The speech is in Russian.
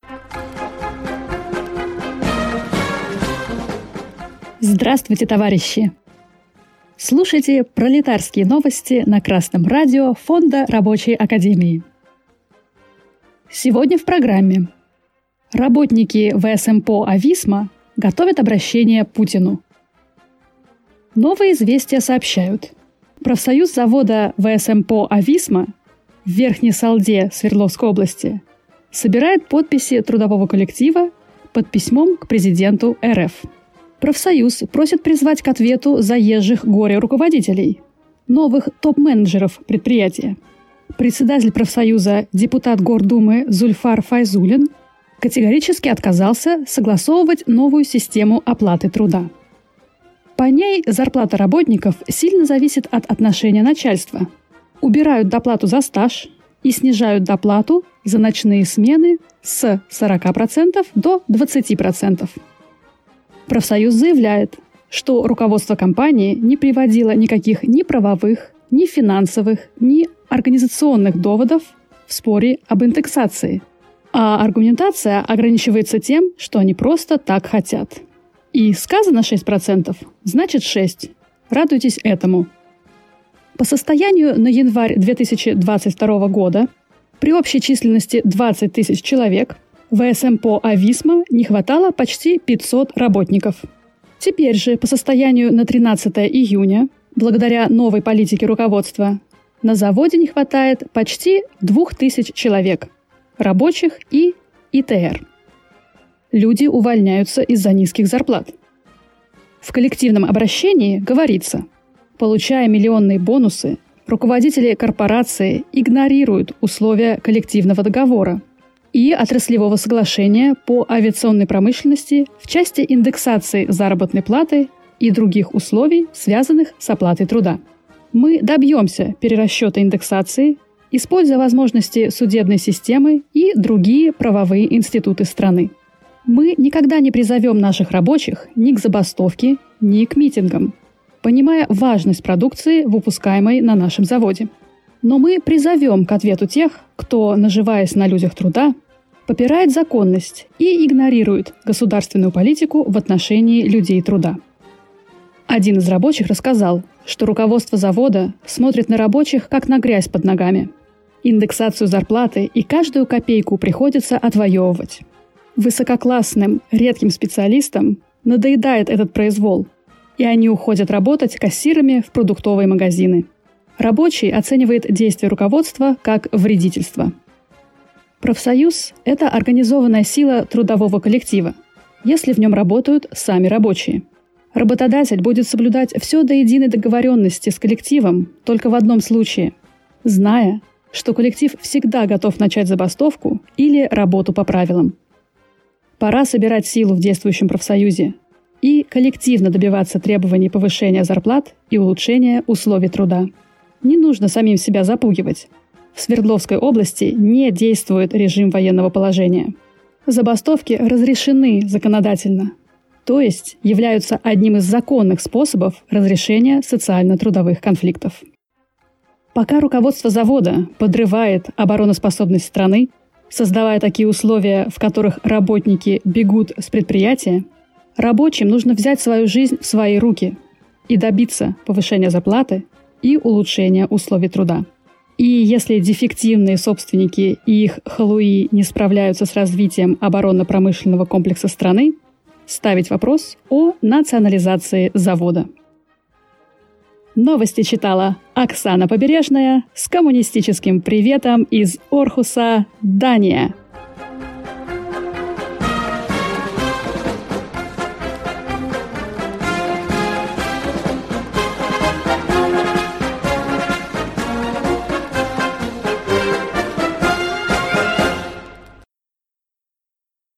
Здравствуйте, товарищи! Слушайте пролетарские новости на Красном радио Фонда Рабочей Академии. Сегодня в программе. Работники ВСМПО «Ависма» готовят обращение Путину. Новые известия сообщают. Профсоюз завода ВСМПО «Ависма» в Верхней Салде Свердловской области собирает подписи трудового коллектива под письмом к президенту РФ. Профсоюз просит призвать к ответу заезжих горе-руководителей, новых топ-менеджеров предприятия. Председатель профсоюза, депутат Гордумы Зульфар Файзулин категорически отказался согласовывать новую систему оплаты труда. По ней зарплата работников сильно зависит от отношения начальства. Убирают доплату за стаж и снижают доплату за ночные смены с 40% до 20%. Профсоюз заявляет, что руководство компании не приводило никаких ни правовых, ни финансовых, ни организационных доводов в споре об индексации, а аргументация ограничивается тем, что они просто так хотят. И сказано 6%, значит 6%. Радуйтесь этому. По состоянию на январь 2022 года при общей численности 20 тысяч человек ВСМПО «Ависма» не хватало почти 500 работников. Теперь же, по состоянию на 13 июня, благодаря новой политике руководства, на заводе не хватает почти 2000 человек – рабочих и ИТР. Люди увольняются из-за низких зарплат. В коллективном обращении говорится: получая миллионные бонусы, руководители корпорации игнорируют условия коллективного договора и отраслевого соглашения по авиационной промышленности в части индексации заработной платы и других условий, связанных с оплатой труда. Мы добьемся перерасчета индексации, используя возможности судебной системы и другие правовые институты страны. Мы никогда не призовем наших рабочих ни к забастовке, ни к митингам, понимая важность продукции, выпускаемой на нашем заводе. Но мы призовем к ответу тех, кто, наживаясь на людях труда, попирает законность и игнорирует государственную политику в отношении людей труда. Один из рабочих рассказал, что руководство завода смотрит на рабочих как на грязь под ногами. Индексацию зарплаты и каждую копейку приходится отвоевывать. Высококлассным, редким специалистам надоедает этот произвол, и они уходят работать кассирами в продуктовые магазины. Рабочий оценивает действия руководства как вредительство. Профсоюз – это организованная сила трудового коллектива, если в нем работают сами рабочие. Работодатель будет соблюдать все до единой договоренности с коллективом только в одном случае, зная, что коллектив всегда готов начать забастовку или работу по правилам. Пора собирать силу в действующем профсоюзе и коллективно добиваться требований повышения зарплат и улучшения условий труда. Не нужно самим себя запугивать. В Свердловской области не действует режим военного положения. Забастовки разрешены законодательно, то есть являются одним из законных способов разрешения социально-трудовых конфликтов. Пока руководство завода подрывает обороноспособность страны, создавая такие условия, в которых работники бегут с предприятия, рабочим нужно взять свою жизнь в свои руки и добиться повышения зарплаты и улучшения условий труда. И если дефективные собственники и их халуи не справляются с развитием оборонно-промышленного комплекса страны, ставить вопрос о национализации завода. Новости читала Оксана Побережная с коммунистическим приветом из Орхуса, Дания.